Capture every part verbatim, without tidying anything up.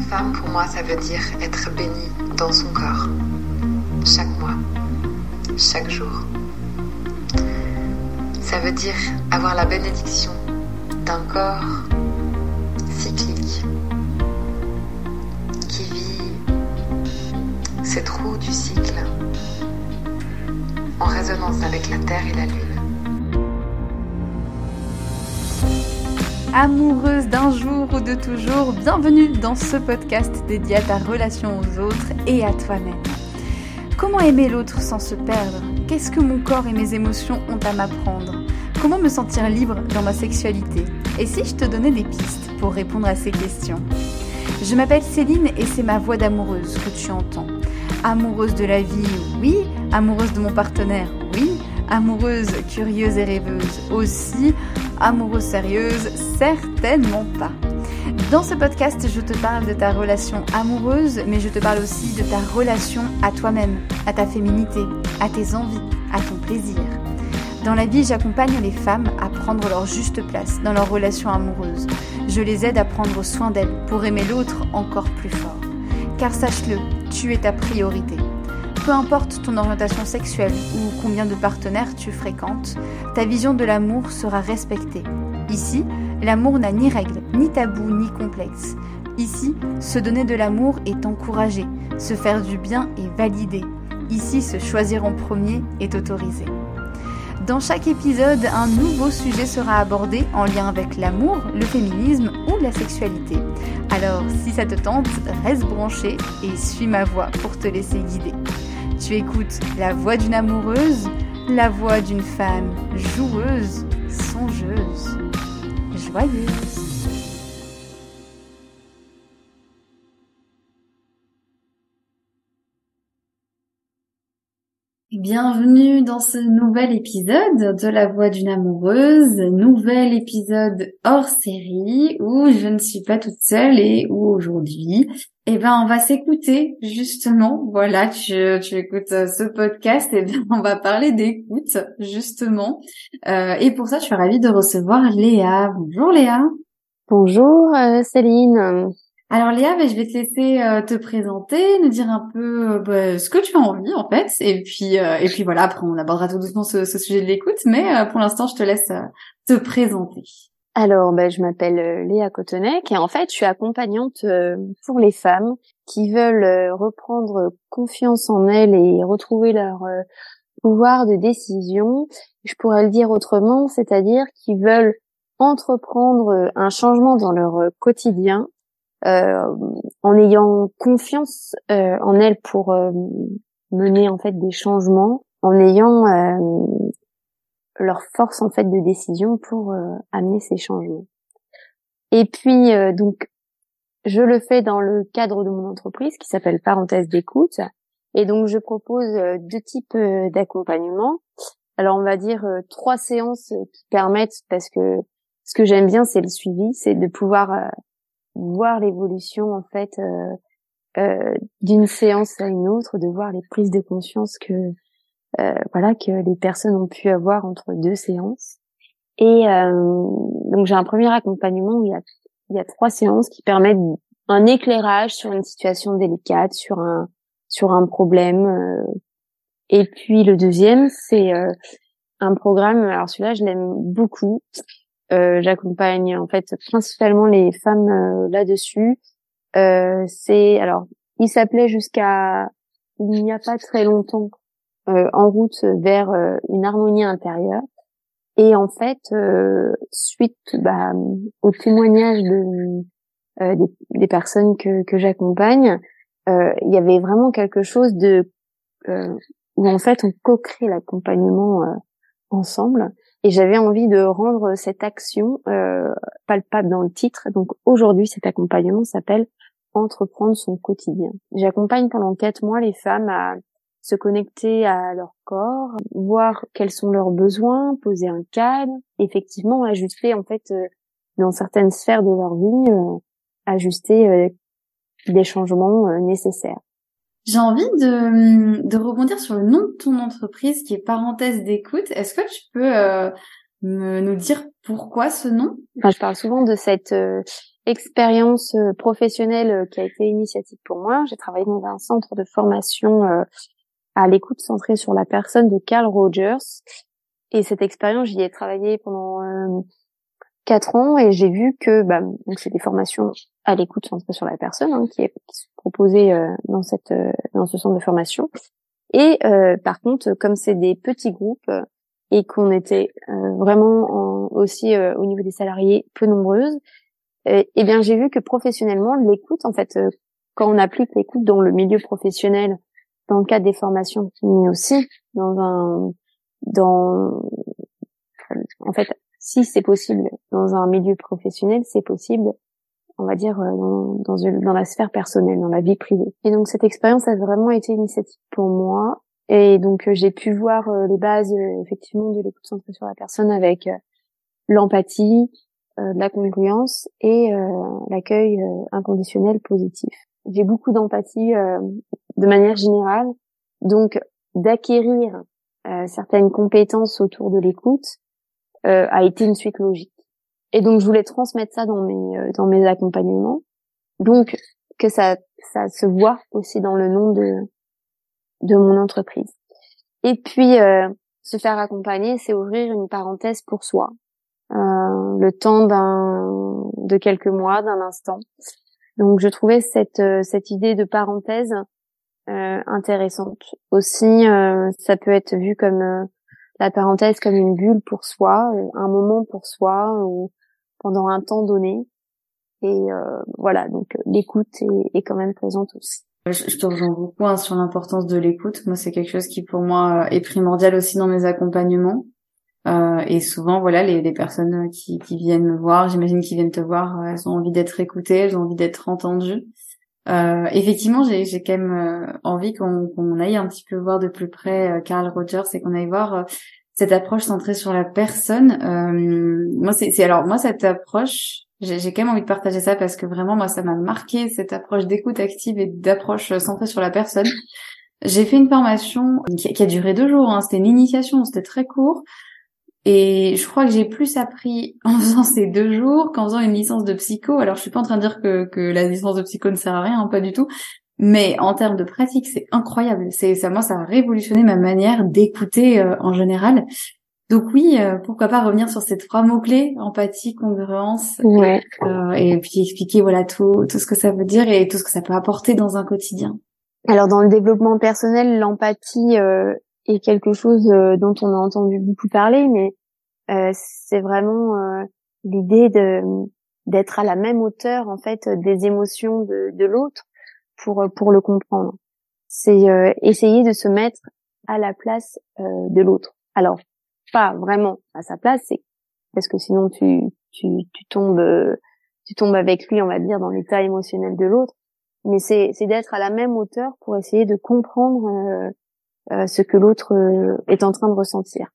Femme, pour moi, ça veut dire être bénie dans son corps. Chaque mois, chaque jour. Ça veut dire avoir la bénédiction d'un corps cyclique qui vit ses trous du cycle en résonance avec la Terre et la Lune. Amoureuse d'un jour ou de toujours, bienvenue dans ce podcast dédié à ta relation aux autres et à toi-même. Comment aimer l'autre sans se perdre ? Qu'est-ce que mon corps et mes émotions ont à m'apprendre ? Comment me sentir libre dans ma sexualité ? Et si je te donnais des pistes pour répondre à ces questions ? Je m'appelle Céline et c'est ma voix d'amoureuse que tu entends. Amoureuse de la vie, oui. Amoureuse de mon partenaire, oui. Amoureuse, curieuse et rêveuse aussi. Amoureuse sérieuse, certainement pas. Dans ce podcast, je te parle de ta relation amoureuse, mais je te parle aussi de ta relation à toi-même, à ta féminité, à tes envies, à ton plaisir. Dans la vie, j'accompagne les femmes à prendre leur juste place dans leur relation amoureuse. Je les aide à prendre soin d'elles pour aimer l'autre encore plus fort. Car sache-le, tu es ta priorité. Peu importe ton orientation sexuelle ou combien de partenaires tu fréquentes, ta vision de l'amour sera respectée. Ici, l'amour n'a ni règles, ni tabous, ni complexes. Ici, se donner de l'amour est encouragé, se faire du bien est validé. Ici, se choisir en premier est autorisé. Dans chaque épisode, un nouveau sujet sera abordé en lien avec l'amour, le féminisme ou la sexualité. Alors, si ça te tente, reste branché et suis ma voix pour te laisser guider. Tu écoutes la voix d'une amoureuse, la voix d'une femme joueuse, songeuse, joyeuse. Bienvenue dans ce nouvel épisode de La Voix d'une amoureuse, nouvel épisode hors série où je ne suis pas toute seule et où aujourd'hui, eh ben, on va s'écouter justement. Voilà, tu, tu écoutes ce podcast, et eh bien, on va parler d'écoute justement. Euh, et pour ça, je suis ravie de recevoir Léa. Bonjour Léa. Bonjour euh, Céline. Alors Léa, ben, je vais te laisser euh, te présenter, nous dire un peu euh, bah, ce que tu as envie en fait, et puis euh, et puis voilà, après on abordera tout doucement ce, ce sujet de l'écoute, mais euh, pour l'instant je te laisse euh, te présenter. Alors ben, je m'appelle euh, Léa Cotonec et en fait je suis accompagnante euh, pour les femmes qui veulent euh, reprendre confiance en elles et retrouver leur euh, pouvoir de décision. Je pourrais le dire autrement, c'est-à-dire qui veulent entreprendre euh, un changement dans leur euh, quotidien. Euh, en ayant confiance euh, en elles pour euh, mener en fait des changements, en ayant euh, leur force en fait de décision pour euh, amener ces changements. Et puis euh, donc je le fais dans le cadre de mon entreprise qui s'appelle Parenthèse d'écoute, et donc je propose euh, deux types euh, d'accompagnement. Alors on va dire euh, trois séances qui permettent, parce que ce que j'aime bien c'est le suivi, c'est de pouvoir euh, voir l'évolution en fait euh, euh, d'une séance à une autre, de voir les prises de conscience que euh, voilà que les personnes ont pu avoir entre deux séances. Et euh, donc j'ai un premier accompagnement où il y a il y a trois séances qui permettent un éclairage sur une situation délicate, sur un sur un problème. Euh, et puis le deuxième c'est euh, un programme. Alors celui-là je l'aime beaucoup. Euh, j'accompagne en fait principalement les femmes euh, là-dessus. Euh, c'est alors, il s'appelait jusqu'à il n'y a pas très longtemps euh, En route vers euh, une harmonie intérieure. Et en fait, euh, suite bah, au témoignage de euh, des, des personnes que que j'accompagne, euh, il y avait vraiment quelque chose de euh, où en fait on co-crée l'accompagnement euh, ensemble. Et j'avais envie de rendre cette action euh, palpable dans le titre. Donc aujourd'hui, cet accompagnement s'appelle Entreprendre son quotidien. J'accompagne pendant quatre mois les femmes à se connecter à leur corps, voir quels sont leurs besoins, poser un cadre, effectivement ajuster en fait euh, dans certaines sphères de leur vie, euh, ajuster euh, des changements euh, nécessaires. J'ai envie de, de rebondir sur le nom de ton entreprise qui est Parenthèse d'écoute. Est-ce que tu peux euh, me, nous dire pourquoi ce nom ? Enfin, je parle souvent de cette euh, expérience euh, professionnelle euh, qui a été initiatique pour moi. J'ai travaillé dans un centre de formation euh, à l'écoute centrée sur la personne de Carl Rogers. Et cette expérience, j'y ai travaillé pendant euh, quatre ans et j'ai vu que bah, donc c'est des formations à l'écoute centrée sur la personne hein, qui, est, qui sont proposées euh, dans cette euh, dans ce centre de formation. Et euh, par contre, comme c'est des petits groupes euh, et qu'on était euh, vraiment en, aussi euh, au niveau des salariés peu nombreuses, euh, eh bien j'ai vu que professionnellement l'écoute, en fait, euh, quand on applique l'écoute dans le milieu professionnel, dans le cadre des formations, mais aussi dans un dans en fait si c'est possible dans un milieu professionnel, c'est possible, on va dire, dans, dans, une, dans la sphère personnelle, dans la vie privée. Et donc, cette expérience a vraiment été initiative pour moi. Et donc, euh, j'ai pu voir euh, les bases, euh, effectivement, de l'écoute centrée sur la personne avec euh, l'empathie, euh, la congruence et euh, l'accueil euh, inconditionnel positif. J'ai beaucoup d'empathie euh, de manière générale. Donc, d'acquérir euh, certaines compétences autour de l'écoute euh, a été une suite logique. Et donc je voulais transmettre ça dans mes euh, dans mes accompagnements. Donc que ça ça se voit aussi dans le nom de de mon entreprise. Et puis euh, se faire accompagner, c'est ouvrir une parenthèse pour soi. Euh, le temps d'un de quelques mois, d'un instant. Donc je trouvais cette euh, cette idée de parenthèse euh, intéressante. Aussi euh, ça peut être vu comme euh, la parenthèse comme une bulle pour soi, un moment pour soi ou pendant un temps donné. Et euh, voilà, donc l'écoute est, est quand même présente aussi. Je, je te rejoins beaucoup hein, sur l'importance de l'écoute. Moi, c'est quelque chose qui pour moi est primordial aussi dans mes accompagnements. Euh, et souvent, voilà, les, les personnes qui, qui viennent me voir, j'imagine qu'ils viennent te voir, elles ont envie d'être écoutées, elles ont envie d'être entendues. Euh, effectivement, j'ai, j'ai quand même euh, envie qu'on, qu'on aille un petit peu voir de plus près euh, Carl Rogers et qu'on aille voir euh, cette approche centrée sur la personne. Euh, moi, c'est, c'est alors moi cette approche, j'ai, j'ai quand même envie de partager ça parce que vraiment moi ça m'a marqué cette approche d'écoute active et d'approche centrée sur la personne. J'ai fait une formation qui, qui a duré deux jours. Hein, c'était une initiation, c'était très court. Et je crois que j'ai plus appris en faisant ces deux jours qu'en faisant une licence de psycho. Alors, je suis pas en train de dire que, que la licence de psycho ne sert à rien, hein, pas du tout. Mais en termes de pratique, c'est incroyable. C'est ça, moi, ça a révolutionné ma manière d'écouter euh, en général. Donc oui, euh, pourquoi pas revenir sur ces trois mots-clés, empathie, congruence, ouais. et, euh, et puis expliquer voilà tout tout ce que ça veut dire et tout ce que ça peut apporter dans un quotidien. Alors, dans le développement personnel, l'empathie euh, est quelque chose euh, dont on a entendu beaucoup parler, mais euh, c'est vraiment euh, l'idée de d'être à la même hauteur en fait des émotions de, de l'autre pour pour le comprendre. C'est euh, essayer de se mettre à la place euh, de l'autre. Alors pas vraiment à sa place, c'est parce que sinon tu tu tu tombes tu tombes avec lui, on va dire, dans l'état émotionnel de l'autre. Mais c'est c'est d'être à la même hauteur pour essayer de comprendre euh, euh, ce que l'autre euh, est en train de ressentir.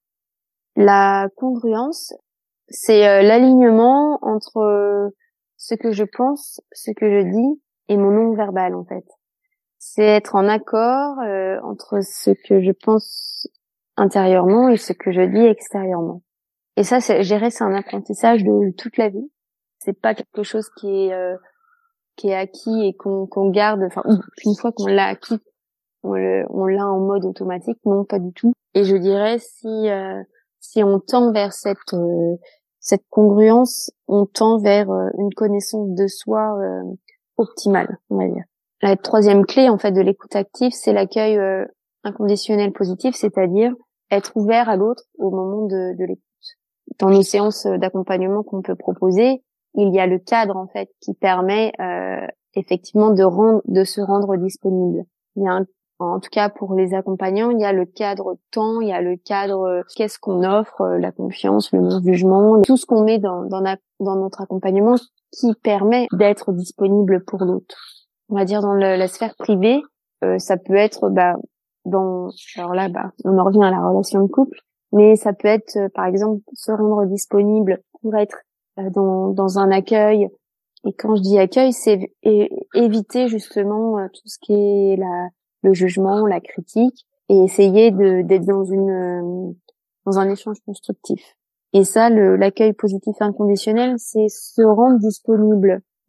La congruence, c'est euh, l'alignement entre euh, ce que je pense, ce que je dis et mon non-verbal en fait. C'est être en accord euh, entre ce que je pense intérieurement et ce que je dis extérieurement. Et ça, c'est, je dirais, c'est un apprentissage de toute la vie. C'est pas quelque chose qui est euh, qui est acquis et qu'on, qu'on garde. Enfin, une fois qu'on l'a acquis, on, le, on l'a en mode automatique. Non, pas du tout. Et je dirais si euh, si on tend vers cette euh, cette congruence, on tend vers euh, une connaissance de soi euh, optimale, on va dire. La troisième clé en fait de l'écoute active, c'est l'accueil euh, inconditionnel positif, c'est-à-dire être ouvert à l'autre au moment de, de l'écoute. Dans nos séances d'accompagnement qu'on peut proposer, il y a le cadre en fait qui permet euh, effectivement de rendre, de se rendre disponible. Il y a un, en tout cas pour les accompagnants, il y a le cadre temps, il y a le cadre euh, qu'est-ce qu'on offre, euh, la confiance, le non-jugement, tout ce qu'on met dans, dans, na, dans notre accompagnement qui permet d'être disponible pour l'autre. On va dire dans le, la sphère privée, euh, ça peut être bah dans alors là bah on en revient à la relation de couple, mais ça peut être euh, par exemple se rendre disponible pour être euh, dans dans un accueil. Et quand je dis accueil, c'est é- éviter justement euh, tout ce qui est la le jugement, la critique, et essayer de d'être dans une euh, dans un échange constructif. Et ça, le l'accueil positif inconditionnel, c'est se rendre disponible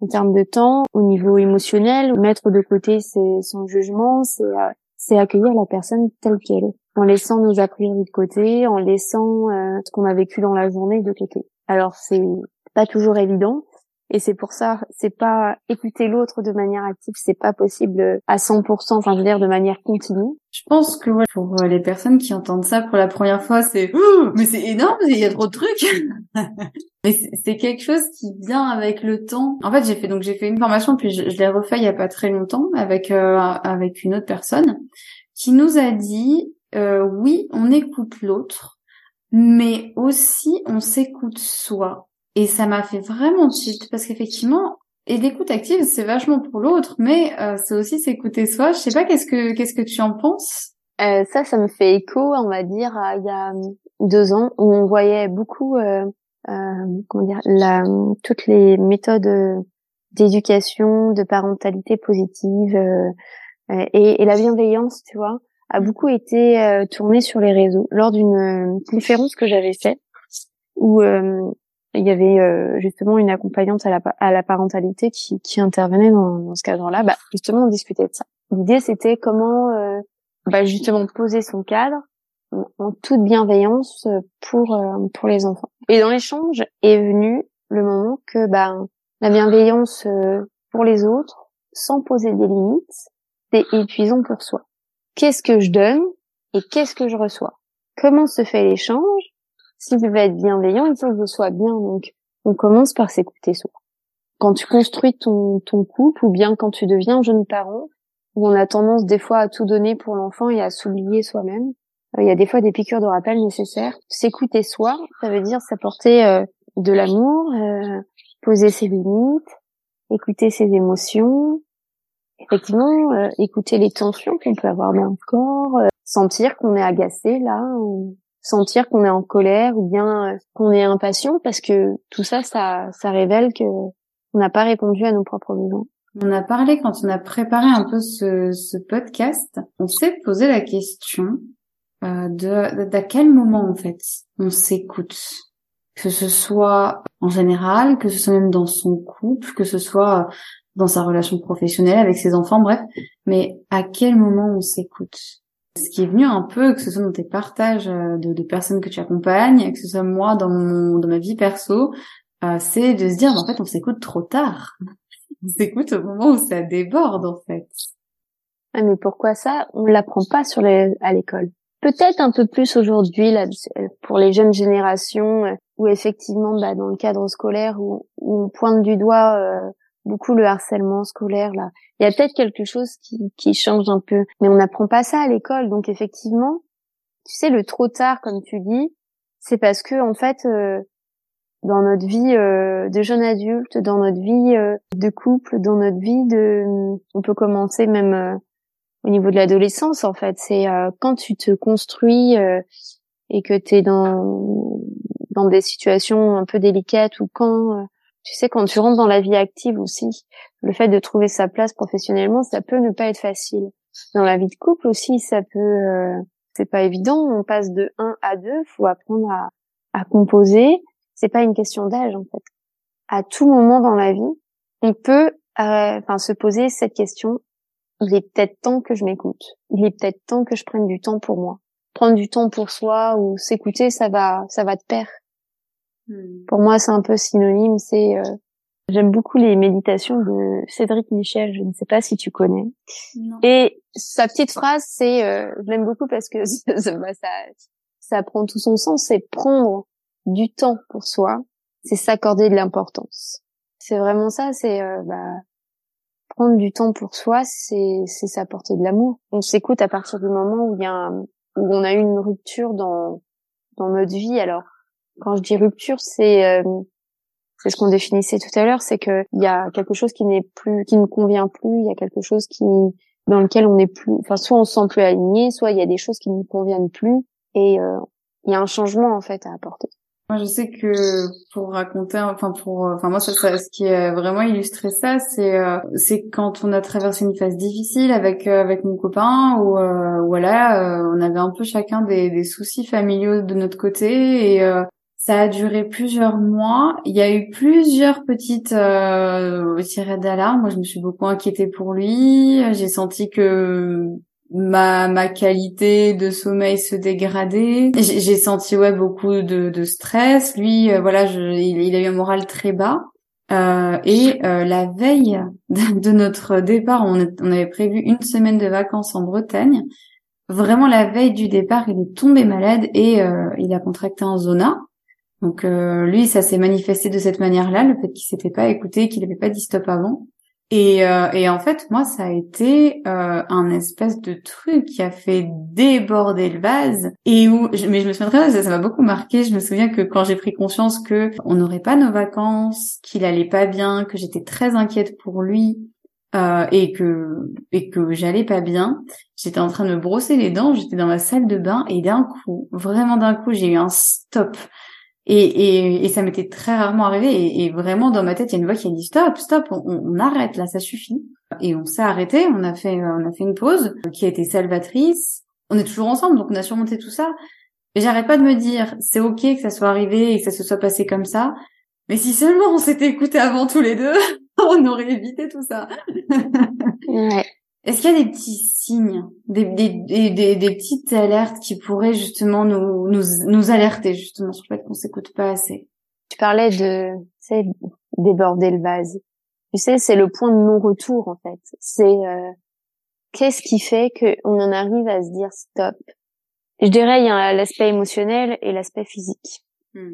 en termes de temps, au niveau émotionnel, mettre de côté ses, son jugement, c'est, euh, c'est accueillir la personne telle qu'elle est, en laissant nos a priori de côté, en laissant euh, ce qu'on a vécu dans la journée de côté. Alors c'est pas toujours évident, et c'est pour ça, c'est pas écouter l'autre de manière active, c'est pas possible à cent pour cent, enfin je veux dire de manière continue. Je pense que ouais, pour les personnes qui entendent ça pour la première fois, c'est oh, mais c'est énorme, il y a trop de trucs. Mais c'est quelque chose qui vient avec le temps. En fait, j'ai fait donc j'ai fait une formation puis je, je l'ai refait il y a pas très longtemps avec euh, avec une autre personne qui nous a dit euh, oui, on écoute l'autre, mais aussi on s'écoute soi. Et ça m'a fait vraiment tilt parce qu'effectivement, et l'écoute active, c'est vachement pour l'autre, mais euh, c'est aussi s'écouter soi. Je sais pas, qu'est-ce que qu'est-ce que tu en penses? Euh, ça, ça me fait écho, on va dire, à, il y a deux ans où on voyait beaucoup, euh, euh, comment dire, la, toutes les méthodes d'éducation, de parentalité positive euh, et, et la bienveillance, tu vois, a beaucoup été euh, tournée sur les réseaux. Lors d'une conférence que j'avais faite, où euh, il y avait euh, justement une accompagnante à la, à la parentalité qui, qui intervenait dans, dans ce cadre-là. Bah, justement, on discutait de ça. L'idée, c'était comment euh, bah, justement poser son cadre en, en toute bienveillance pour euh, pour les enfants. Et dans l'échange est venu le moment que bah, la bienveillance euh, pour les autres, sans poser des limites, c'est épuisant pour soi. Qu'est-ce que je donne et qu'est-ce que je reçois? Comment se fait l'échange? Si je veux être bienveillant, il faut que je sois bien. Donc, on commence par s'écouter soi. Quand tu construis ton, ton couple, ou bien quand tu deviens jeune parent, où on a tendance des fois à tout donner pour l'enfant et à s'oublier soi-même, euh, il y a des fois des piqûres de rappel nécessaires. S'écouter soi, ça veut dire s'apporter euh, de l'amour, euh, poser ses limites, écouter ses émotions, effectivement, euh, écouter les tensions qu'on peut avoir dans le corps, euh, sentir qu'on est agacé là, ou sentir qu'on est en colère ou bien euh, qu'on est impatient, parce que tout ça, ça, ça révèle que on n'a pas répondu à nos propres besoins. On a parlé quand on a préparé un peu ce, ce podcast, on s'est posé la question euh, de d'à quel moment en fait on s'écoute, que ce soit en général, que ce soit même dans son couple, que ce soit dans sa relation professionnelle avec ses enfants, bref, mais à quel moment on s'écoute? Ce qui est venu un peu, que ce soit dans tes partages de, de personnes que tu accompagnes, que ce soit moi dans mon dans ma vie perso, euh, c'est de se dire, en fait, on s'écoute trop tard. On s'écoute au moment où ça déborde, en fait. Ah, mais pourquoi ça? On l'apprend pas sur les, à l'école. Peut-être un peu plus aujourd'hui, là, pour les jeunes générations, où effectivement, bah, dans le cadre scolaire, où, où on pointe du doigt euh, beaucoup le harcèlement scolaire, là. Il y a peut-être quelque chose qui, qui change un peu, mais on n'apprend pas ça à l'école. Donc effectivement, tu sais, le trop tard, comme tu dis, c'est parce que en fait, euh, dans notre vie euh, de jeune adulte, dans notre vie euh, de couple, dans notre vie de, on peut commencer même euh, au niveau de l'adolescence. En fait, c'est euh, quand tu te construis euh, et que t'es dans dans des situations un peu délicates, ou quand euh, tu sais, quand tu rentres dans la vie active aussi, le fait de trouver sa place professionnellement, ça peut ne pas être facile. Dans la vie de couple aussi, ça peut, euh, c'est pas évident. On passe de un à deux, faut apprendre à, à composer. C'est pas une question d'âge en fait. À tout moment dans la vie, on peut, enfin, euh, se poser cette question. Il est peut-être temps que je m'écoute. Il est peut-être temps que je prenne du temps pour moi. Prendre du temps pour soi ou s'écouter, ça va, ça va de pair. Pour moi, c'est un peu synonyme. C'est, euh, j'aime beaucoup les méditations de Cédric Michel. Je ne sais pas si tu connais. Non. Et sa petite phrase, c'est, euh, je l'aime beaucoup parce que ça, ça, ça prend tout son sens. C'est prendre du temps pour soi. C'est s'accorder de l'importance. C'est vraiment ça. C'est, euh, bah, prendre du temps pour soi, c'est, c'est s'apporter de l'amour. On s'écoute à partir du moment où il y a un, où on a eu une rupture dans dans notre vie. Alors, quand je dis rupture, c'est euh, c'est ce qu'on définissait tout à l'heure, c'est que il y a quelque chose qui n'est plus, qui ne convient plus, il y a quelque chose qui dans lequel on n'est plus, enfin soit on se sent plus aligné, soit il y a des choses qui ne nous conviennent plus, et euh, il y a un changement en fait à apporter. Moi, je sais que pour raconter, enfin pour, enfin moi, ça, ça, ce qui a vraiment illustré ça, c'est, euh, c'est quand on a traversé une phase difficile avec euh, avec mon copain, où euh, voilà, euh, on avait un peu chacun des, des soucis familiaux de notre côté, et euh, Ça a duré plusieurs mois. Il y a eu plusieurs petites euh, tirées d'alarme. Moi, je me suis beaucoup inquiétée pour lui. J'ai senti que ma ma qualité de sommeil se dégradait. J'ai, j'ai senti ouais beaucoup de, de stress. Lui, euh, voilà, je, il, il a eu un moral très bas. Euh, et euh, la veille de, de notre départ, on, on avait prévu une semaine de vacances en Bretagne. Vraiment, la veille du départ, il est tombé malade et euh, il a contracté un zona. Donc euh, lui, ça s'est manifesté de cette manière-là, le fait qu'il s'était pas écouté, qu'il avait pas dit stop avant. Et, euh, et en fait, moi, ça a été euh, un espèce de truc qui a fait déborder le vase. Et où, je, mais je me souviens très bien, ça, ça m'a beaucoup marqué. Je me souviens que quand j'ai pris conscience que on n'aurait pas nos vacances, qu'il allait pas bien, que j'étais très inquiète pour lui euh, et que et que j'allais pas bien, j'étais en train de me brosser les dents. J'étais dans ma salle de bain et d'un coup, vraiment d'un coup, j'ai eu un stop. Et, et, et ça m'était très rarement arrivé. Et, et vraiment, dans ma tête, il y a une voix qui a dit stop, stop, on, on arrête là, ça suffit. Et on s'est arrêté, on a fait, on a fait une pause qui a été salvatrice. On est toujours ensemble, donc on a surmonté tout ça. Et j'arrête pas de me dire, c'est ok que ça soit arrivé et que ça se soit passé comme ça. Mais si seulement on s'était écoutés avant tous les deux, on aurait évité tout ça. Ouais. Est-ce qu'il y a des petits signes, des, des, des, des, des petites alertes qui pourraient justement nous, nous, nous alerter justement sur le fait qu'on s'écoute pas assez? Tu parlais de, tu sais, déborder le vase. Tu sais, c'est le point de non-retour, en fait. C'est, euh, qu'est-ce qui fait qu'on en arrive à se dire stop? Je dirais, il y a l'aspect émotionnel et l'aspect physique. Hmm.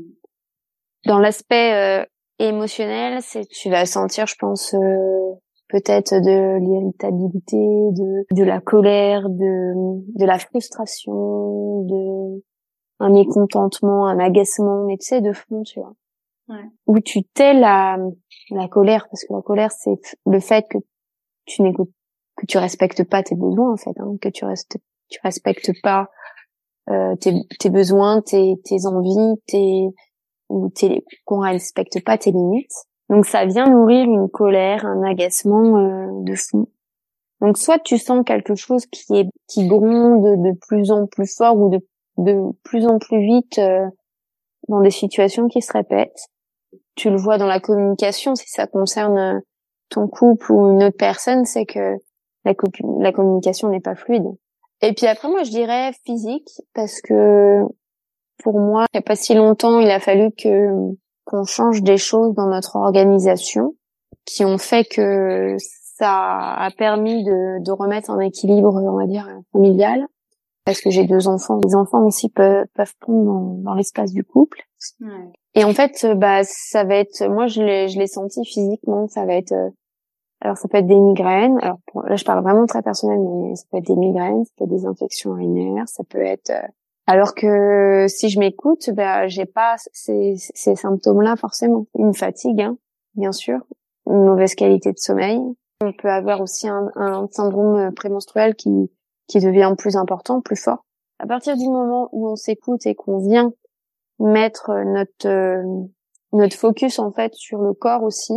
Dans l'aspect, euh, émotionnel, c'est, tu vas sentir, je pense, euh, peut-être de l'irritabilité, de de la colère, de de la frustration, de un mécontentement, un agacement, mais tu sais, de fond, tu vois. Ouais. Où tu tais la la colère, parce que la colère, c'est le fait que tu n'écoutes, que tu respectes pas tes besoins, en fait, hein, que tu restes, tu respectes pas euh, tes tes besoins, tes tes envies, tes ou tes qu'on respecte pas tes limites. Donc ça vient nourrir une colère, un agacement euh, de fond. Donc soit tu sens quelque chose qui est qui gronde de plus en plus fort ou de de plus en plus vite euh, dans des situations qui se répètent. Tu le vois dans la communication, si ça concerne ton couple ou une autre personne, c'est que la, co- la communication n'est pas fluide. Et puis après, moi je dirais physique, parce que pour moi, il n'y a pas si longtemps, il a fallu que qu'on change des choses dans notre organisation qui ont fait que ça a permis de, de remettre un équilibre, on va dire, familial. Parce que j'ai deux enfants. Les enfants aussi peuvent, peuvent prendre dans, dans l'espace du couple. Ouais. Et en fait, bah, ça va être, moi, je l'ai, je l'ai senti physiquement, ça va être, alors ça peut être des migraines. Alors pour, là, je parle vraiment très personnellement, mais ça peut être des migraines, ça peut être des infections urinaires, ça peut être, alors que si je m'écoute, bah, j'ai pas ces, ces symptômes-là forcément. Une fatigue, hein, bien sûr, une mauvaise qualité de sommeil. On peut avoir aussi un, un syndrome prémenstruel qui qui devient plus important, plus fort. À partir du moment où on s'écoute et qu'on vient mettre notre euh, notre focus en fait sur le corps aussi,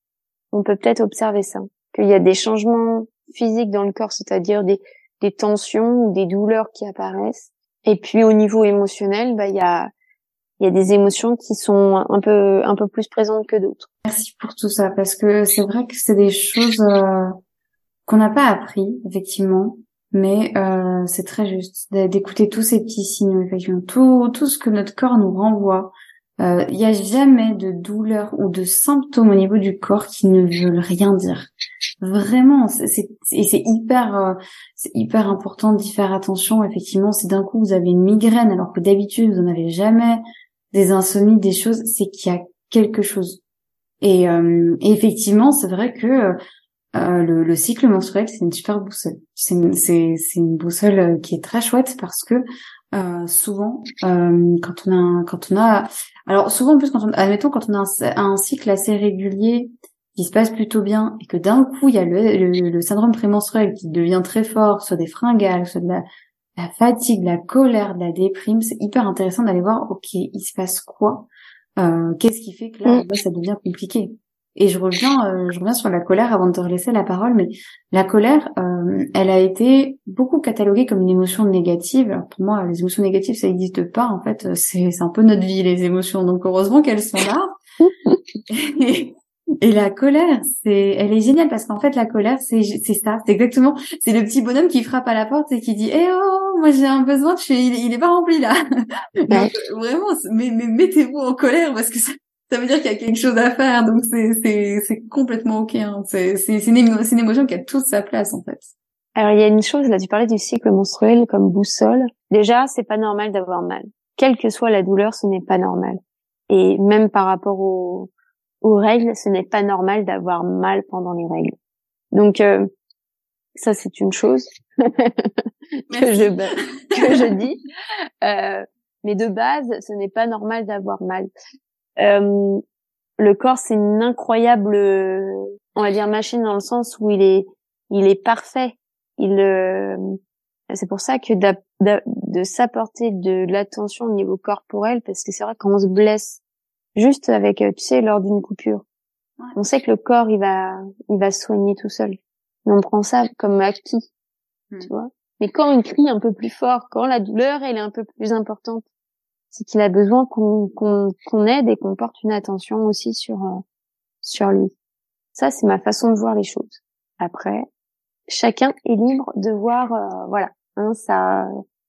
on peut peut-être observer ça, qu'il y a des changements physiques dans le corps, c'est-à-dire des des tensions ou des douleurs qui apparaissent. Et puis au niveau émotionnel, bah il y a il y a des émotions qui sont un peu un peu plus présentes que d'autres. Merci pour tout ça, parce que c'est vrai que c'est des choses euh, qu'on n'a pas appris, effectivement, mais euh, c'est très juste d'écouter tous ces petits signaux, effectivement, tout tout ce que notre corps nous renvoie. Il euh, y a jamais de douleur ou de symptômes au niveau du corps qui ne veulent rien dire. Vraiment, c'est, c'est et c'est hyper euh, c'est hyper important d'y faire attention. Effectivement, si d'un coup vous avez une migraine alors que d'habitude vous n'en avez jamais, des insomnies, des choses, c'est qu'il y a quelque chose. Et, euh, et effectivement, c'est vrai que euh, le, le cycle menstruel, c'est une super boussole. C'est une, c'est, c'est une boussole qui est très chouette parce que euh, souvent, euh, quand on a, quand on a, alors souvent en plus quand on, admettons quand on a un, un cycle assez régulier qui se passe plutôt bien et que d'un coup il y a le, le, le syndrome prémenstruel qui devient très fort, soit des fringales, soit de la, la fatigue, de la colère, de la déprime, c'est hyper intéressant d'aller voir, ok, il se passe quoi, euh, qu'est-ce qui fait que là, mmh. là ça devient compliqué. Et je reviens, euh, je reviens sur la colère avant de te laisser la parole, mais la colère, euh, elle a été beaucoup cataloguée comme une émotion négative. Alors pour moi, les émotions négatives, ça n'existe pas. En fait, c'est, c'est un peu notre vie, les émotions. Donc heureusement qu'elles sont là. et, et la colère, c'est, elle est géniale parce qu'en fait, la colère, c'est, c'est ça, c'est exactement, c'est le petit bonhomme qui frappe à la porte et qui dit, eh oh, moi j'ai un besoin, je suis, il, il est pas rempli là. Ouais. Donc vraiment, mais, mais mettez-vous en colère parce que ça. Ça veut dire qu'il y a quelque chose à faire, donc c'est c'est c'est complètement ok. Hein. C'est c'est c'est une, émo- c'est une émotion qui a toute sa place en fait. Alors il y a une chose là, tu parlais du cycle menstruel comme boussole. Déjà, c'est pas normal d'avoir mal. Quelle que soit la douleur, ce n'est pas normal. Et même par rapport aux aux règles, ce n'est pas normal d'avoir mal pendant les règles. Donc euh, ça c'est une chose que je que je dis. Euh, mais de base, ce n'est pas normal d'avoir mal. Euh, le corps, c'est une incroyable, on va dire, machine dans le sens où il est, il est parfait. Il, euh, c'est pour ça que d'a, d'a, de s'apporter de l'attention au niveau corporel, parce que c'est vrai qu'on se blesse juste avec, tu sais, lors d'une coupure. Ouais. On sait que le corps, il va, il va se soigner tout seul. Mais on prend ça comme acquis, mmh. tu vois. Mais quand il crie un peu plus fort, quand la douleur, elle est un peu plus importante, c'est qu'il a besoin qu'on, qu'on, qu'on aide et qu'on porte une attention aussi sur, euh, sur lui. Ça, c'est ma façon de voir les choses. Après, chacun est libre de voir, euh, voilà, hein, ça,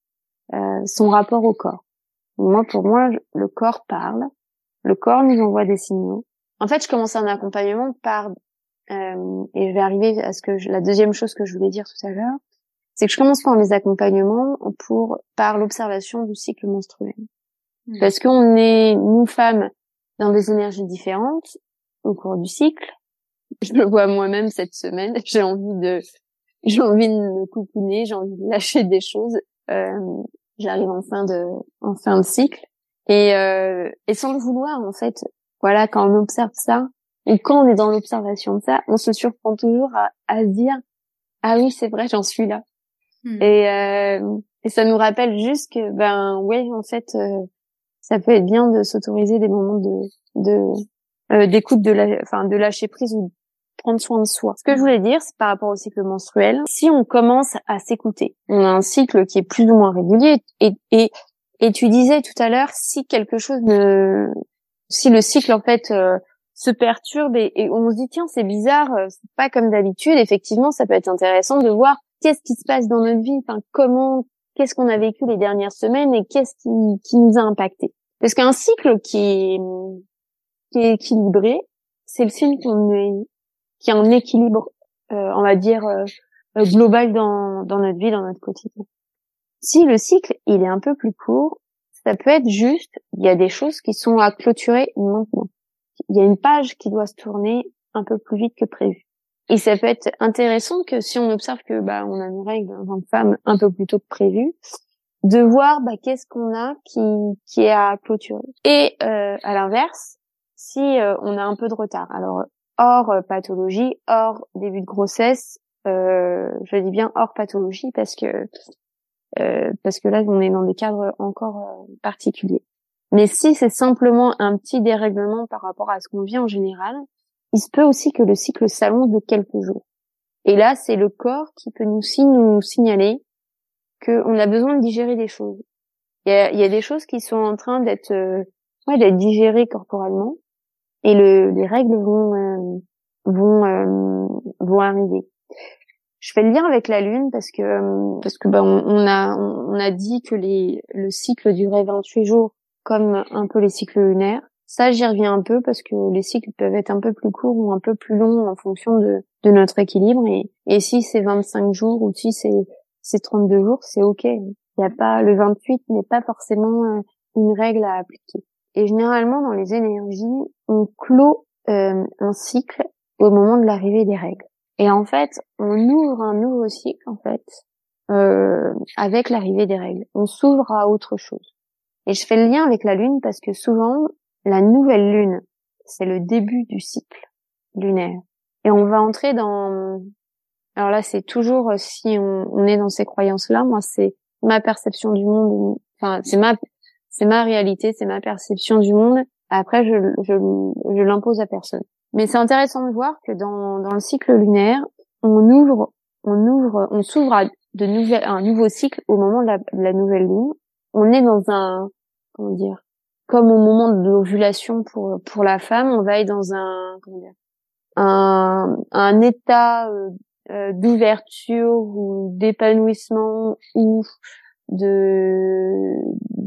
euh, son rapport au corps. Moi, pour moi, le corps parle. Le corps nous envoie des signaux. En fait, je commence un accompagnement par, euh, et je vais arriver à ce que je, la deuxième chose que je voulais dire tout à l'heure, c'est que je commence par mes accompagnements pour, par l'observation du cycle menstruel. Parce qu'on est, nous femmes, dans des énergies différentes au cours du cycle. Je le vois moi-même cette semaine. J'ai envie de, j'ai envie de me coucouner, j'ai envie de lâcher des choses. Euh, j'arrive en fin de, en fin de cycle. Et, euh, et sans le vouloir, en fait. Voilà, quand on observe ça, et quand on est dans l'observation de ça, on se surprend toujours à, à se dire, ah oui, c'est vrai, j'en suis là. Mmh. Et, euh, et ça nous rappelle juste que, ben, ouais, en fait, euh, ça peut être bien de s'autoriser des moments de, de, euh, d'écoute, de la, enfin, de lâcher prise ou de prendre soin de soi. Ce que je voulais dire, c'est par rapport au cycle menstruel. Si on commence à s'écouter, on a un cycle qui est plus ou moins régulier et, et, et tu disais tout à l'heure, si quelque chose ne, si le cycle, en fait, euh, se perturbe et, et on se dit, tiens, c'est bizarre, euh, c'est pas comme d'habitude, effectivement, ça peut être intéressant de voir qu'est-ce qui se passe dans notre vie, enfin, comment, qu'est-ce qu'on a vécu les dernières semaines et qu'est-ce qui, qui nous a impacté. Parce qu'un cycle qui est, qui est équilibré, c'est le signe qu'on est, qui a un équilibre, euh, on va dire, euh, global dans, dans notre vie, dans notre quotidien. Si le cycle, il est un peu plus court, ça peut être juste, il y a des choses qui sont à clôturer maintenant. Il y a une page qui doit se tourner un peu plus vite que prévu. Et ça peut être intéressant que si on observe que, bah, on a une règle en tant que femme un peu plus tôt que prévu, de voir bah qu'est-ce qu'on a qui qui est à clôturer. Et euh, à l'inverse, si euh, on a un peu de retard, alors hors euh, pathologie, hors début de grossesse, euh, je dis bien hors pathologie parce que euh, parce que là on est dans des cadres encore euh, particuliers. Mais si c'est simplement un petit dérèglement par rapport à ce qu'on vit en général, il se peut aussi que le cycle s'allonge de quelques jours. Et là, c'est le corps qui peut nous aussi nous signaler qu'on a besoin de digérer des choses. Il y a, il y a des choses qui sont en train d'être, euh, ouais, d'être digérées corporellement, et le, les règles vont, euh, vont, euh, vont arriver. Je fais le lien avec la lune parce que, parce que, bah, on, on a, on a dit que les, le cycle durait vingt-huit jours, comme un peu les cycles lunaires. Ça, j'y reviens un peu parce que les cycles peuvent être un peu plus courts ou un peu plus longs en fonction de, de notre équilibre. Et, et si c'est vingt-cinq jours ou si c'est c'est trente-deux jours, c'est ok. Il y a pas, le vingt-huit n'est pas forcément euh, une règle à appliquer. Et généralement, dans les énergies, on clôt euh, un cycle au moment de l'arrivée des règles. Et en fait, on ouvre un nouveau cycle, en fait, euh, avec l'arrivée des règles. On s'ouvre à autre chose. Et je fais le lien avec la lune parce que souvent, la nouvelle lune, c'est le début du cycle lunaire. Et on va entrer dans... Alors là, c'est toujours, si on, on est dans ces croyances-là, moi, c'est ma perception du monde, enfin, c'est ma, c'est ma réalité, c'est ma perception du monde. Après, je, je, je l'impose à personne. Mais c'est intéressant de voir que dans, dans le cycle lunaire, on ouvre, on ouvre, on s'ouvre à de nouvelles, un nouveau cycle au moment de la, de la nouvelle lune. On est dans un, comment dire, comme au moment de l'ovulation pour pour la femme, on va être dans un, comment dire, un, un état euh, euh, d'ouverture ou d'épanouissement ou de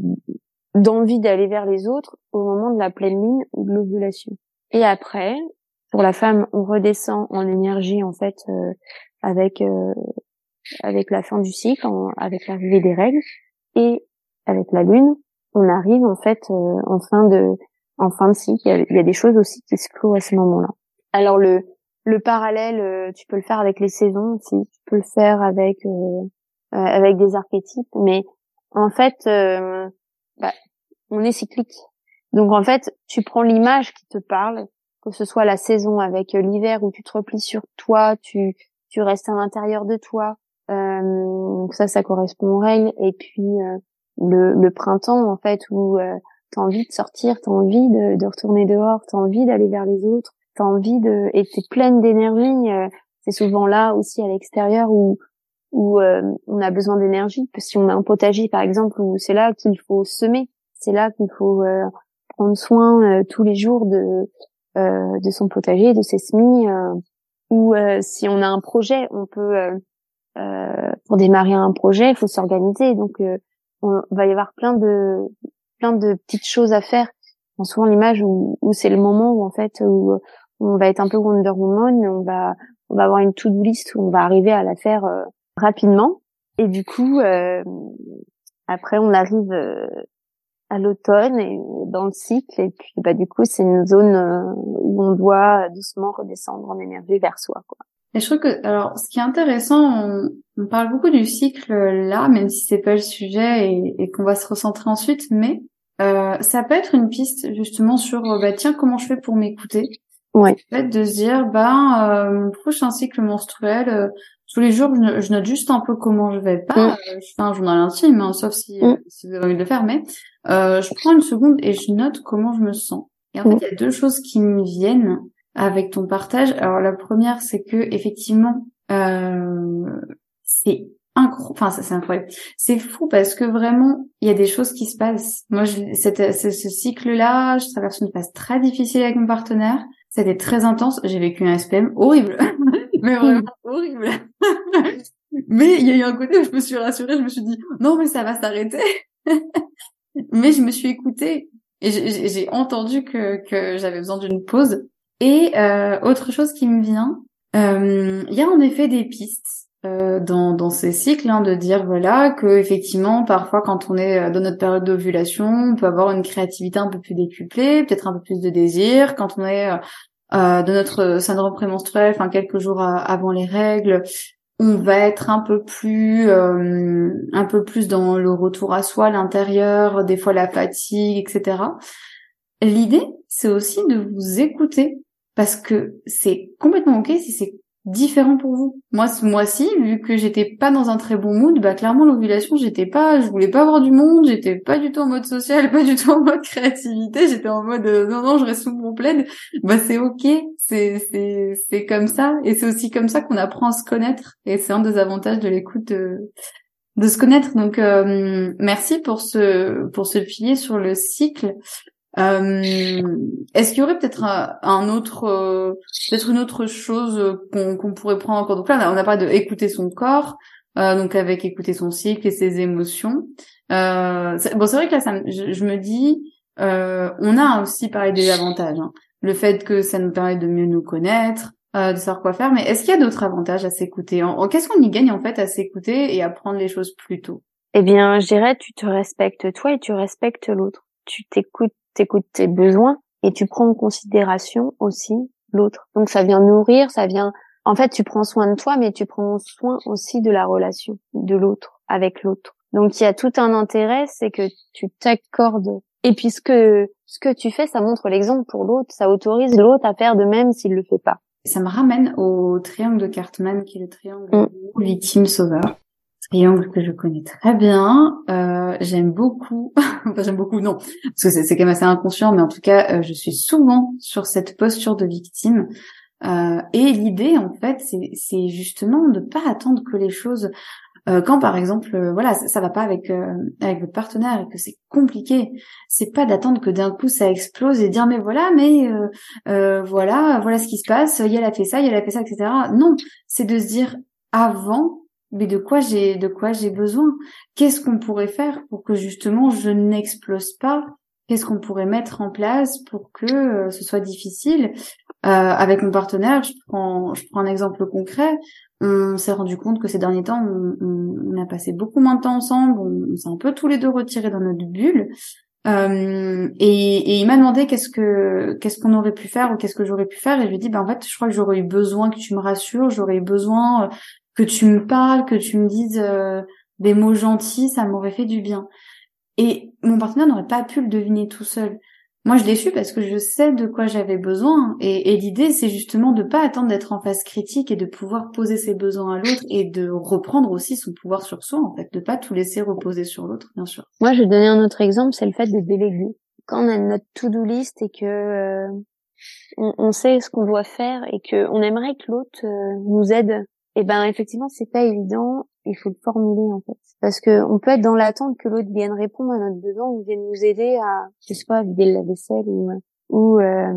d'envie d'aller vers les autres au moment de la pleine lune ou de l'ovulation. Et après, pour la femme, on redescend en énergie en fait euh, avec euh, avec la fin du cycle, en, avec l'arrivée des règles, et avec la lune, on arrive en fait euh, en fin de en fin de cycle. Il y, a, il y a des choses aussi qui se clouent à ce moment-là. Alors le le parallèle, euh, tu peux le faire avec les saisons aussi, tu peux le faire avec euh, euh, avec des archétypes, mais en fait, euh, bah, on est cyclique. Donc en fait, tu prends l'image qui te parle, que ce soit la saison avec euh, l'hiver où tu te replies sur toi, tu tu restes à l'intérieur de toi. Euh, donc ça, ça correspond aux règles. Et puis euh, le, le printemps, en fait, où euh, t'as envie de sortir, t'as envie de, de retourner dehors, t'as envie d'aller vers les autres, t'as envie de, et t'es pleine d'énergie. Euh, c'est souvent là aussi à l'extérieur où où euh, on a besoin d'énergie. Parce que si on a un potager, par exemple, où c'est là qu'il faut semer, c'est là qu'il faut euh, prendre soin euh, tous les jours de euh, de son potager, de ses semis. Euh, ou euh, si on a un projet, on peut euh, Euh, pour démarrer un projet, il faut s'organiser. Donc, euh, on va y avoir plein de plein de petites choses à faire. On souvent l'image où, où c'est le moment où en fait où on va être un peu Wonder Woman, on va on va avoir une to-do list où on va arriver à la faire euh, rapidement. Et du coup, euh, après on arrive euh, à l'automne et dans le cycle. Et puis bah du coup c'est une zone euh, où on doit doucement redescendre en énergie vers soi, quoi. Et je trouve que, alors, ce qui est intéressant, on, on parle beaucoup du cycle là, même si c'est pas le sujet et, et qu'on va se recentrer ensuite, mais euh, ça peut être une piste justement sur, bah tiens, comment je fais pour m'écouter. Ouais. Ça peut être de se dire, ben, euh, mon prochain cycle menstruel, euh, tous les jours, je, je note juste un peu comment je vais pas. Mm. Euh, je fais un journal intime, hein, sauf si, Mm. euh, si vous avez envie de le faire, mais euh, je prends une seconde et je note comment je me sens. Et en fait, Mm. il y a deux choses qui me viennent avec ton partage. Alors la première, c'est que effectivement, euh, c'est incroyable. Enfin, ça, c'est incroyable. C'est fou parce que vraiment, il y a des choses qui se passent. Moi, je, cette, ce, ce cycle-là, je traverse une phase très difficile avec mon partenaire. C'était très intense. J'ai vécu un S P M horrible, mais vraiment horrible. Mais il y a eu un côté où je me suis rassurée. Je me suis dit non, mais ça va s'arrêter. Mais je me suis écoutée et j'ai, j'ai entendu que que j'avais besoin d'une pause. Et euh, autre chose qui me vient, euh, il y a en effet des pistes euh, dans dans ces cycles, hein, de dire voilà que effectivement parfois quand on est dans notre période d'ovulation, on peut avoir une créativité un peu plus décuplée, peut-être un peu plus de désir. Quand on est euh, dans notre syndrome prémenstruel, enfin quelques jours à, avant les règles, on va être un peu plus euh, un peu plus dans le retour à soi, l'intérieur, des fois la fatigue, et cetera. L'idée, c'est aussi de vous écouter. Parce que c'est complètement ok si c'est différent pour vous. Moi, ce mois-ci, vu que j'étais pas dans un très bon mood, bah clairement l'ovulation, j'étais pas, je voulais pas voir du monde, j'étais pas du tout en mode social, pas du tout en mode créativité, j'étais en mode euh, non non, je reste sous mon plaid. Bah c'est ok, c'est c'est c'est comme ça, et c'est aussi comme ça qu'on apprend à se connaître. Et c'est un des avantages de l'écoute de de se connaître. Donc euh, merci pour ce pour ce pilier sur le cycle. Euh, est-ce qu'il y aurait peut-être un, un autre, euh, peut-être une autre chose qu'on, qu'on pourrait prendre en compte? Donc là, on a, on a parlé de écouter son corps, euh, donc avec écouter son cycle et ses émotions. Euh, c'est, bon, c'est vrai que là, ça me, je, je me dis, euh, on a aussi parlé des avantages, hein. Le fait que ça nous permet de mieux nous connaître, euh, de savoir quoi faire. Mais est-ce qu'il y a d'autres avantages à s'écouter? En, en, qu'est-ce qu'on y gagne en fait à s'écouter et à prendre les choses plus tôt? Eh bien, je dirais, tu te respectes toi et tu respectes l'autre. Tu t'écoutes. T'écoutes tes besoins et tu prends en considération aussi l'autre. Donc ça vient nourrir, ça vient... En fait, tu prends soin de toi, mais tu prends soin aussi de la relation de l'autre, avec l'autre. Donc il y a tout un intérêt, c'est que tu t'accordes. Et puis ce que, ce que tu fais, ça montre l'exemple pour l'autre, ça autorise l'autre à faire de même s'il le fait pas. Ça me ramène au triangle de Cartman, qui est le triangle mm. victime-sauveur. Parce triangle que je connais très bien. Euh, j'aime beaucoup, enfin j'aime beaucoup, non, parce que c'est, c'est quand même assez inconscient, mais en tout cas, euh, je suis souvent sur cette posture de victime. Euh, et l'idée, en fait, c'est, c'est justement de pas attendre que les choses, euh, quand par exemple, euh, voilà, ça, ça va pas avec euh, avec votre partenaire et que c'est compliqué, c'est pas d'attendre que d'un coup ça explose et dire mais voilà, mais euh, euh, voilà, voilà ce qui se passe, elle a fait ça, elle a fait ça, et cetera. Non, c'est de se dire avant. Mais de quoi j'ai de quoi j'ai besoin? Qu'est-ce qu'on pourrait faire pour que justement je n'explose pas? Qu'est-ce qu'on pourrait mettre en place pour que euh, ce soit difficile? Euh, avec mon partenaire, je prends je prends un exemple concret. On s'est rendu compte que ces derniers temps, on, on, on a passé beaucoup moins de temps ensemble. On, on s'est un peu tous les deux retirés dans notre bulle. Euh, et, et il m'a demandé qu'est-ce que qu'est-ce qu'on aurait pu faire ou qu'est-ce que j'aurais pu faire. Et je lui ai dit, ben en fait, je crois que j'aurais eu besoin que tu me rassures. J'aurais eu besoin euh, que tu me parles, que tu me dises euh, des mots gentils, ça m'aurait fait du bien. Et mon partenaire n'aurait pas pu le deviner tout seul. Moi, je l'ai su parce que je sais de quoi j'avais besoin. Et, et l'idée, c'est justement de pas attendre d'être en phase critique et de pouvoir poser ses besoins à l'autre et de reprendre aussi son pouvoir sur soi, en fait, de pas tout laisser reposer sur l'autre, bien sûr. Moi, je vais donner un autre exemple, c'est le fait de déléguer. Quand on a notre to-do list et que euh, on, on sait ce qu'on doit faire et que on aimerait que l'autre euh, nous aide, et ben effectivement c'est pas évident, il faut le formuler en fait, parce que on peut être dans l'attente que l'autre vienne répondre à notre besoin ou vienne nous aider à, je sais pas, vider la vaisselle ou ou, euh,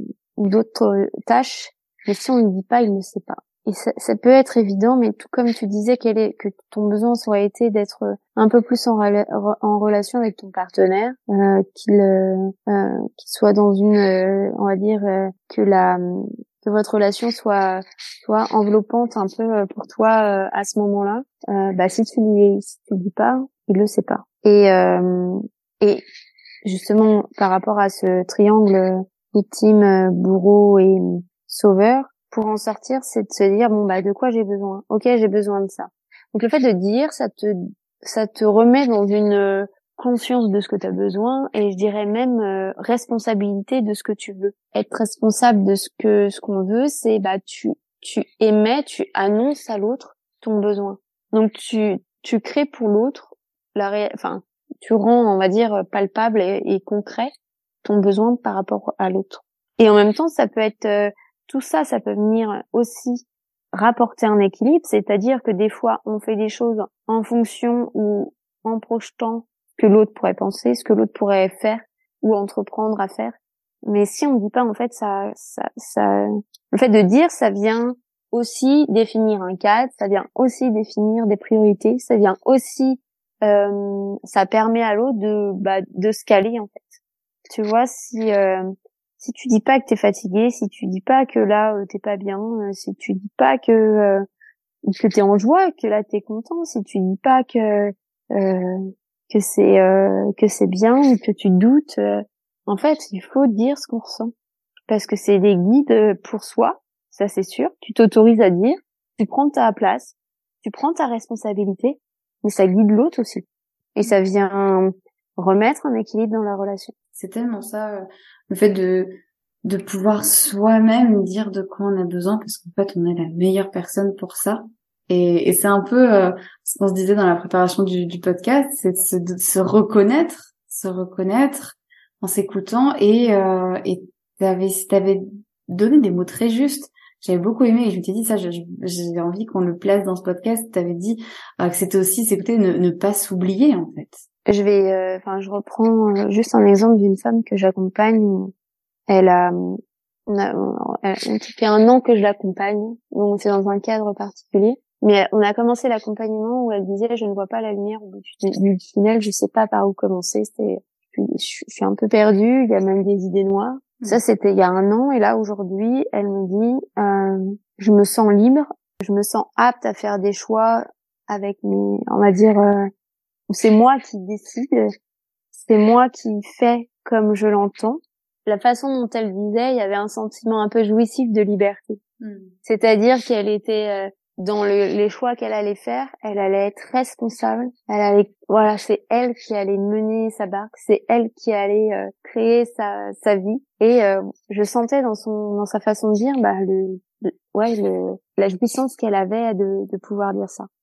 ou d'autres tâches, mais si on ne dit pas, il ne sait pas. Et ça, ça peut être évident, mais tout comme tu disais qu'elle est, que ton besoin aurait été d'être un peu plus en, rela- en relation avec ton partenaire, euh, qu'il, euh, qu'il soit dans une, euh, on va dire, euh, que la que votre relation soit soit enveloppante un peu pour toi euh, à ce moment-là. Euh, bah si tu lui si tu dis pas, il le sait pas. Et euh, et justement par rapport à ce triangle victime, bourreau et sauveur. Pour en sortir, c'est de se dire bon bah de quoi j'ai besoin. Ok, j'ai besoin de ça. Donc le fait de dire, ça te ça te remet dans une conscience de ce que tu as besoin et je dirais même euh, responsabilité de ce que tu veux. Être responsable de ce que ce qu'on veut, c'est bah tu tu émets, tu annonces à l'autre ton besoin. Donc tu tu crées pour l'autre la ré... enfin tu rends on va dire palpable et, et concret ton besoin par rapport à l'autre. Et en même temps, ça peut être euh, tout ça, ça peut venir aussi rapporter un équilibre, c'est-à-dire que des fois, on fait des choses en fonction ou en projetant ce que l'autre pourrait penser, ce que l'autre pourrait faire ou entreprendre à faire. Mais si on ne dit pas, en fait, ça, ça, ça, le fait de dire, ça vient aussi définir un cadre, ça vient aussi définir des priorités, ça vient aussi, euh, ça permet à l'autre de, bah, de se caler, en fait. Tu vois, si euh, si tu dis pas que t'es fatigué, si tu dis pas que là euh, t'es pas bien, euh, si tu dis pas que euh, que t'es en joie, que là t'es content, si tu dis pas que euh, que c'est euh, que c'est bien ou que tu doutes, euh, en fait il faut dire ce qu'on ressent parce que c'est des guides pour soi, ça c'est sûr. Tu t'autorises à dire, tu prends ta place, tu prends ta responsabilité, mais ça guide l'autre aussi et ça vient remettre un équilibre dans la relation. C'est tellement ça, euh, le fait de de pouvoir soi-même dire de quoi on a besoin, parce qu'en fait, on est la meilleure personne pour ça. Et, et c'est un peu euh, ce qu'on se disait dans la préparation du, du podcast, c'est de se, de se reconnaître, se reconnaître en s'écoutant. Et euh, et t'avais t'avais donné des mots très justes. J'avais beaucoup aimé et je m'étais dit ça, je, je, j'ai envie qu'on le place dans ce podcast. T'avais dit euh, que c'était aussi s'écouter, ne, ne pas s'oublier en fait. Je vais, enfin, euh, je reprends euh, juste un exemple d'une femme que j'accompagne. Elle a, on a, elle, ça fait un an que je l'accompagne, donc c'est dans un cadre particulier. Mais on a commencé l'accompagnement où elle disait je ne vois pas la lumière au bout du, du tunnel, je sais pas par où commencer. C'était, je, je suis un peu perdue, il y a même des idées noires. Mmh. Ça c'était il y a un an et là aujourd'hui, elle me dit euh, je me sens libre, je me sens apte à faire des choix avec mes, on va dire. Euh, C'est moi qui décide, c'est moi qui fais comme je l'entends. La façon dont elle disait, il y avait un sentiment un peu jouissif de liberté. Mmh. C'est-à-dire qu'elle était euh, dans le, les choix qu'elle allait faire, elle allait être responsable. Elle allait, voilà, c'est elle qui allait mener sa barque, c'est elle qui allait euh, créer sa, sa vie. Et euh, je sentais dans son, dans sa façon de dire, bah le, le ouais, le, la jouissance qu'elle avait de, de pouvoir dire ça.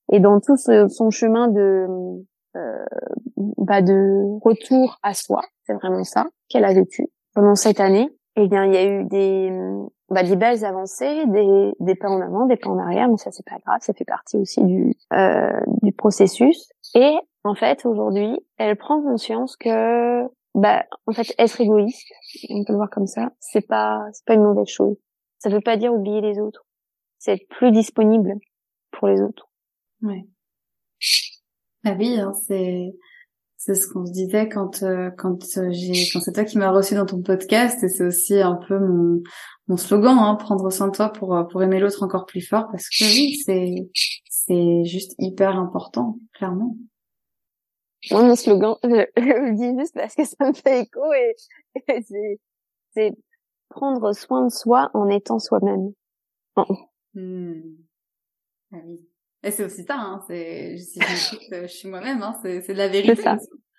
Et dans tout ce, son chemin de euh, bah de retour à soi, c'est vraiment ça qu'elle a vécu pendant cette année. Eh bien, il y a eu des bah des belles avancées, des des pas en avant, des pas en arrière, mais ça c'est pas grave, ça fait partie aussi du euh, du processus. Et en fait, aujourd'hui, elle prend conscience que bah en fait être égoïste, on peut le voir comme ça, c'est pas c'est pas une mauvaise chose. Ça veut pas dire oublier les autres, c'est être plus disponible pour les autres. Ouais. Ah oui, hein, c'est c'est ce qu'on se disait quand euh, quand euh, j'ai quand c'est toi qui m'as reçu dans ton podcast, et c'est aussi un peu mon mon slogan, hein, prendre soin de toi pour pour aimer l'autre encore plus fort, parce que oui, c'est c'est juste hyper important, clairement. Moi, mon slogan, je, je le dis juste parce que ça me fait écho, et, et c'est c'est prendre soin de soi en étant soi-même. Oh. Mmh. Ah oui. Et c'est aussi ça, hein, c'est, si je m'écoute, je suis moi-même, hein, c'est, c'est de la vérité. C'est ça.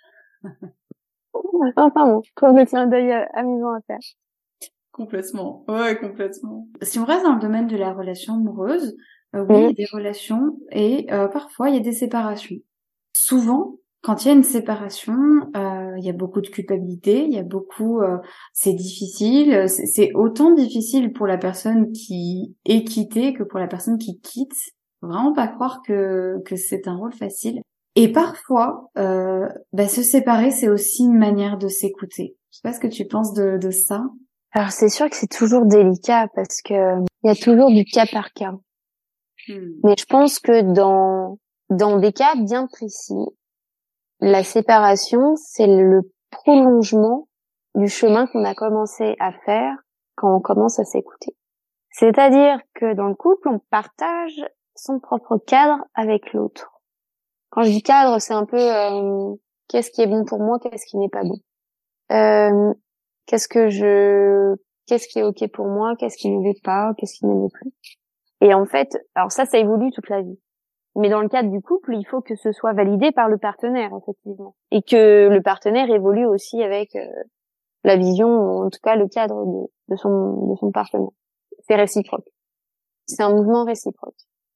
Enfin bon, pour le clin d'œil amusant à faire. Complètement. Ouais, complètement. Si on reste dans le domaine de la relation amoureuse, euh, oui, mmh. il y a des relations et euh, parfois il y a des séparations. Souvent, quand il y a une séparation, euh, il y a beaucoup de culpabilité, il y a beaucoup, euh, c'est difficile, c'est, c'est autant difficile pour la personne qui est quittée que pour la personne qui quitte. Faut vraiment pas croire que que c'est un rôle facile. Et parfois, euh, bah, se séparer, c'est aussi une manière de s'écouter. Je sais pas ce que tu penses de, de ça. Alors c'est sûr que c'est toujours délicat parce que il y a toujours du cas par cas. Hmm. Mais je pense que dans dans des cas bien précis, la séparation, c'est le prolongement du chemin qu'on a commencé à faire quand on commence à s'écouter. C'est-à-dire que dans le couple, on partage son propre cadre avec l'autre. Quand je dis cadre, c'est un peu euh, qu'est-ce qui est bon pour moi, qu'est-ce qui n'est pas bon. Euh, qu'est-ce que je, qu'est-ce qui est ok pour moi, qu'est-ce qui ne l'est pas, qu'est-ce qui ne l'est plus. Et en fait, alors ça, ça évolue toute la vie. Mais dans le cadre du couple, il faut que ce soit validé par le partenaire, effectivement, et que le partenaire évolue aussi avec euh, la vision, en tout cas le cadre de, de son de son partenaire. C'est réciproque. C'est un mouvement réciproque.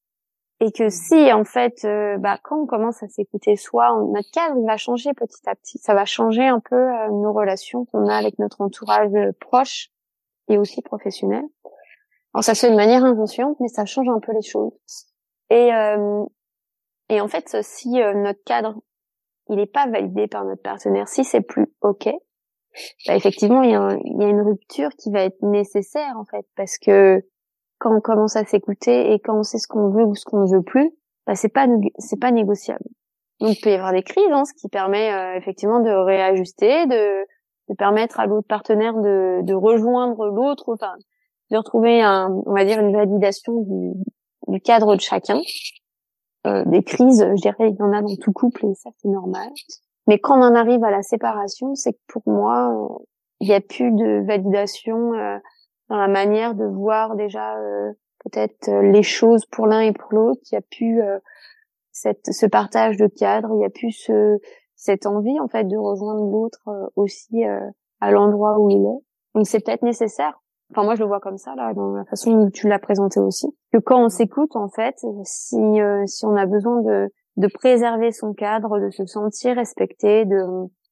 Et que si, en fait, euh, bah, quand on commence à s'écouter soi, on, notre cadre, il va changer petit à petit. Ça va changer un peu euh, nos relations qu'on a avec notre entourage proche et aussi professionnel. Alors, ça se fait de manière inconsciente, mais ça change un peu les choses. Et, euh, et en fait, si euh, notre cadre, il n'est pas validé par notre partenaire, si c'est plus OK, bah, effectivement, il y a, un, il y a une rupture qui va être nécessaire, en fait, parce que quand on commence à s'écouter et quand on sait ce qu'on veut ou ce qu'on ne veut plus, bah c'est pas c'est pas négociable. Donc il peut y avoir des crises, hein, ce qui permet euh, effectivement de réajuster, de, de permettre à l'autre partenaire de, de rejoindre l'autre, enfin de retrouver un, on va dire une validation du, du cadre de chacun. Euh, des crises, je dirais, il y en a dans tout couple et ça c'est normal. Mais quand on en arrive à la séparation, c'est que pour moi, euh, il n'y a plus de validation. Euh, dans la manière de voir déjà euh, peut-être euh, les choses pour l'un et pour l'autre. Il y a plus euh, cette, ce partage de cadre, il y a plus ce, cette envie en fait de rejoindre l'autre euh, aussi euh, à l'endroit où il est. Donc c'est peut-être nécessaire. Enfin moi je le vois comme ça là, dans la façon dont tu l'as présenté aussi, que quand on s'écoute en fait, si euh, si on a besoin de de préserver son cadre, de se sentir respecté, de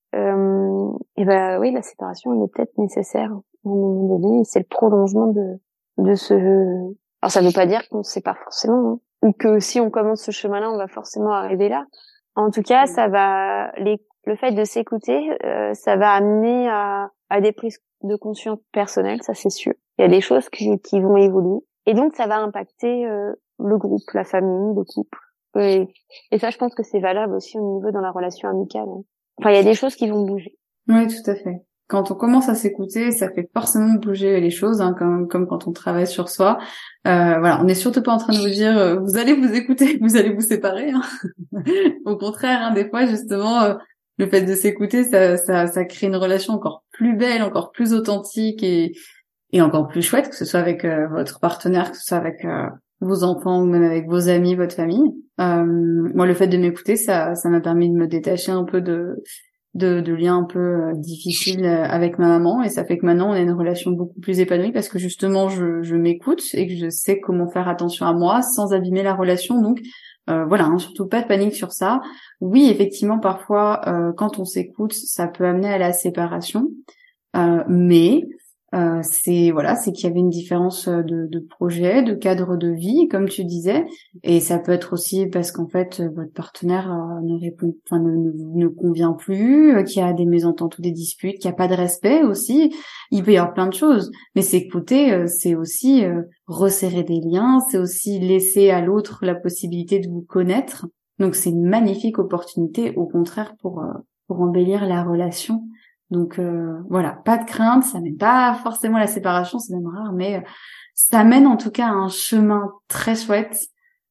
euh, et ben oui la séparation elle est peut-être nécessaire. À un moment donné, c'est le prolongement de de ce. Alors ça veut pas dire qu'on sait pas forcément, hein, ou que si on commence ce chemin-là, on va forcément arriver là. En tout cas, ça va les le fait de s'écouter, euh, ça va amener à à des prises de conscience personnelles, ça c'est sûr. Il y a des choses qui qui vont évoluer et donc ça va impacter euh, le groupe, la famille, le couple. Et, et ça, je pense que c'est valable aussi au niveau dans la relation amicale. Hein. Enfin, il y a des choses qui vont bouger. Oui, tout à fait. Quand on commence à s'écouter, ça fait forcément bouger les choses, hein, comme, comme quand on travaille sur soi. Euh, voilà, on n'est surtout pas en train de vous dire euh, vous allez vous écouter, vous allez vous séparer. Hein. Au contraire, hein, des fois justement, euh, le fait de s'écouter, ça, ça, ça crée une relation encore plus belle, encore plus authentique et, et encore plus chouette, que ce soit avec euh, votre partenaire, que ce soit avec euh, vos enfants ou même avec vos amis, votre famille. Euh, moi, le fait de m'écouter, ça, ça m'a permis de me détacher un peu de de, de liens un peu euh, difficiles avec ma maman, et ça fait que maintenant on a une relation beaucoup plus épanouie parce que justement je, je m'écoute et que je sais comment faire attention à moi sans abîmer la relation. Donc euh, voilà, hein, surtout pas de panique sur ça. Oui, effectivement, parfois, euh, quand on s'écoute, ça peut amener à la séparation, euh, mais euh, c'est voilà, c'est qu'il y avait une différence de, de projet, de cadre de vie, comme tu disais, et ça peut être aussi parce qu'en fait votre partenaire euh, ne répond, enfin ne, ne, ne convient plus, euh, qu'il y a des mésententes ou des disputes, qu'il n'y a pas de respect aussi. Il peut y avoir plein de choses, mais s'écouter, euh, c'est aussi euh, resserrer des liens, c'est aussi laisser à l'autre la possibilité de vous connaître. Donc c'est une magnifique opportunité, au contraire, pour euh, pour embellir la relation. Donc euh, voilà, pas de crainte, ça mène pas forcément à la séparation, c'est même rare, mais euh, ça mène en tout cas à un chemin très chouette.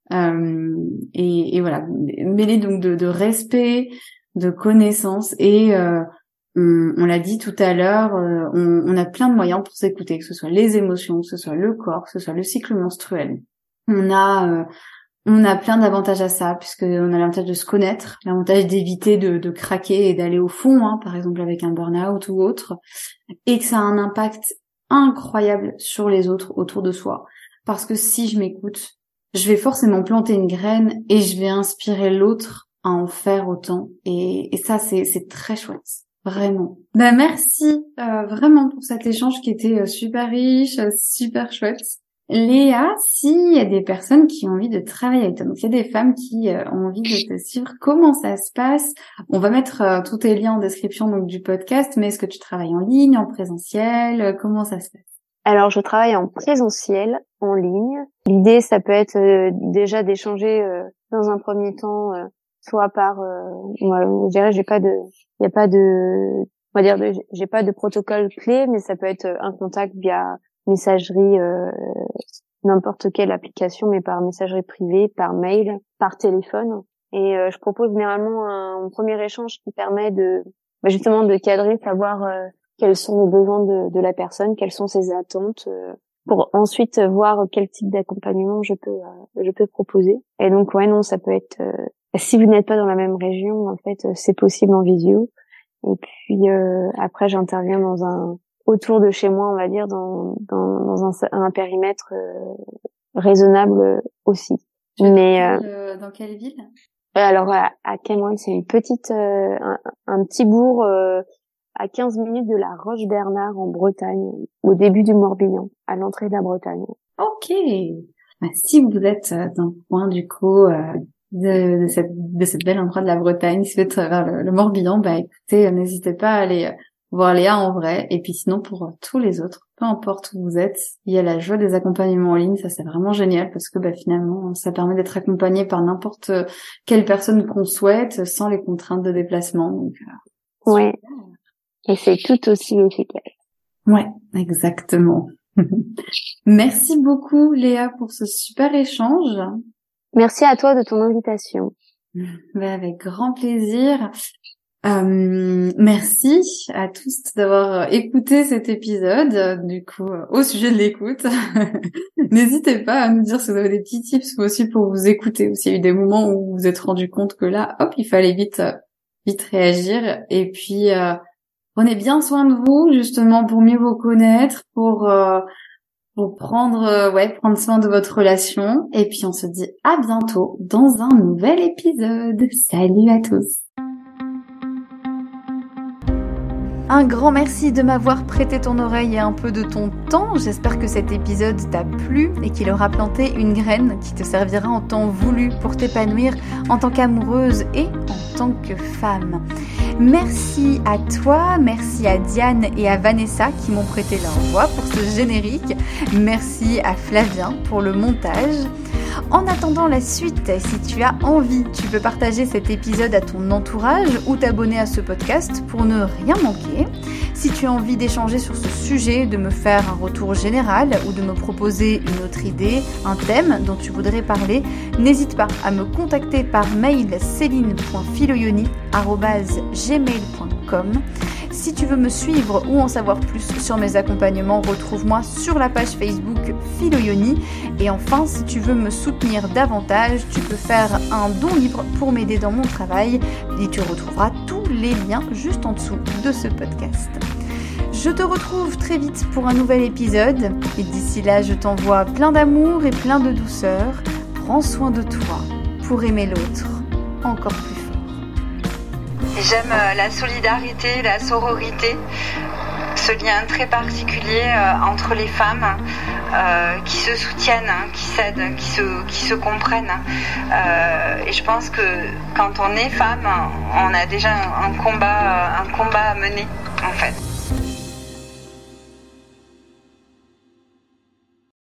Euh, et, et voilà, mêlé donc de, de respect, de connaissance, et euh, on, on l'a dit tout à l'heure, euh, on, on a plein de moyens pour s'écouter, que ce soit les émotions, que ce soit le corps, que ce soit le cycle menstruel. On a euh, On a plein d'avantages à ça, puisqu'on a l'avantage de se connaître, l'avantage d'éviter de, de craquer et d'aller au fond, hein, par exemple avec un burn-out ou autre, et que ça a un impact incroyable sur les autres autour de soi. Parce que si je m'écoute, je vais forcément planter une graine et je vais inspirer l'autre à en faire autant. Et, et ça, c'est, c'est très chouette. Vraiment. Ben merci euh, vraiment pour cet échange qui était euh, super riche, euh, super chouette. Léa, s'il y a des personnes qui ont envie de travailler avec toi, donc il y a des femmes qui euh, ont envie de te suivre, comment ça se passe? On va mettre euh, tous tes liens en description donc du podcast, mais est-ce que tu travailles en ligne, en présentiel? euh, Comment ça se passe? Alors, je travaille en présentiel, en ligne. L'idée, ça peut être euh, déjà d'échanger euh, dans un premier temps, euh, soit par, euh, moi, je dirais, j'ai pas de, il y a pas de, on va dire, de, j'ai pas de protocole clé, mais ça peut être un contact via messagerie, euh, n'importe quelle application, mais par messagerie privée, par mail, par téléphone. Et euh, je propose généralement un, un premier échange qui permet de, bah, justement, de cadrer, savoir euh, quels sont les besoins de, de la personne, quelles sont ses attentes, euh, pour ensuite voir quel type d'accompagnement je peux, euh, je peux proposer. Et donc, ouais, non, ça peut être, euh, si vous n'êtes pas dans la même région, en fait, c'est possible en visio. Et puis euh, après, j'interviens dans un autour de chez moi, on va dire, dans dans, dans un, un périmètre euh, raisonnable aussi. Mais euh, dans quelle ville? Alors à, à Cameron, c'est une petite, euh, un, un petit bourg euh, à quinze minutes de la Roche-Bernard en Bretagne, au début du Morbihan, à l'entrée de la Bretagne. Ok. Bah, si vous êtes dans le coin du coup euh, de, de cette de cette belle endroit de la Bretagne, si vous êtes vers le, le Morbihan, bah écoutez, n'hésitez pas à aller voir Léa en vrai. Et puis sinon, pour tous les autres, peu importe où vous êtes, il y a la joie des accompagnements en ligne. Ça, c'est vraiment génial parce que bah, finalement, ça permet d'être accompagné par n'importe quelle personne qu'on souhaite sans les contraintes de déplacement. Donc, euh, ouais. Et c'est tout aussi efficace. Ouais, exactement. Merci beaucoup, Léa, pour ce super échange. Merci à toi de ton invitation. Ben, avec grand plaisir. Euh, merci à tous d'avoir écouté cet épisode, du coup, au sujet de l'écoute. N'hésitez pas à nous dire si vous avez des petits tips aussi pour vous écouter, ou s'il y a eu des moments où vous vous êtes rendu compte que là, hop, il fallait vite, vite réagir. Et puis, euh, prenez bien soin de vous, justement, pour mieux vous connaître, pour, euh, pour prendre, euh, ouais, prendre soin de votre relation. Et puis, on se dit à bientôt dans un nouvel épisode. Salut à tous! Un grand merci de m'avoir prêté ton oreille et un peu de ton temps. J'espère que cet épisode t'a plu et qu'il aura planté une graine qui te servira en temps voulu pour t'épanouir en tant qu'amoureuse et en tant que femme. Merci à toi, merci à Diane et à Vanessa qui m'ont prêté leur voix pour ce générique. Merci à Flavien pour le montage. En attendant la suite, si tu as envie, tu peux partager cet épisode à ton entourage ou t'abonner à ce podcast pour ne rien manquer. Si tu as envie d'échanger sur ce sujet, de me faire un retour général ou de me proposer une autre idée, un thème dont tu voudrais parler, n'hésite pas à me contacter par mail céline point filoyoni arobase gmail point com. Si tu veux me suivre ou en savoir plus sur mes accompagnements, retrouve-moi sur la page Facebook Philoyoni. Et enfin, si tu veux me soutenir davantage, tu peux faire un don libre pour m'aider dans mon travail et tu retrouveras tous les liens juste en dessous de ce podcast. Je te retrouve très vite pour un nouvel épisode et d'ici là, je t'envoie plein d'amour et plein de douceur. Prends soin de toi pour aimer l'autre encore plus fort. J'aime la solidarité, la sororité, ce lien très particulier entre les femmes euh, qui se soutiennent, qui s'aident, qui se, qui se comprennent. Euh, et je pense que quand on est femme, on a déjà un combat, un combat à mener en fait.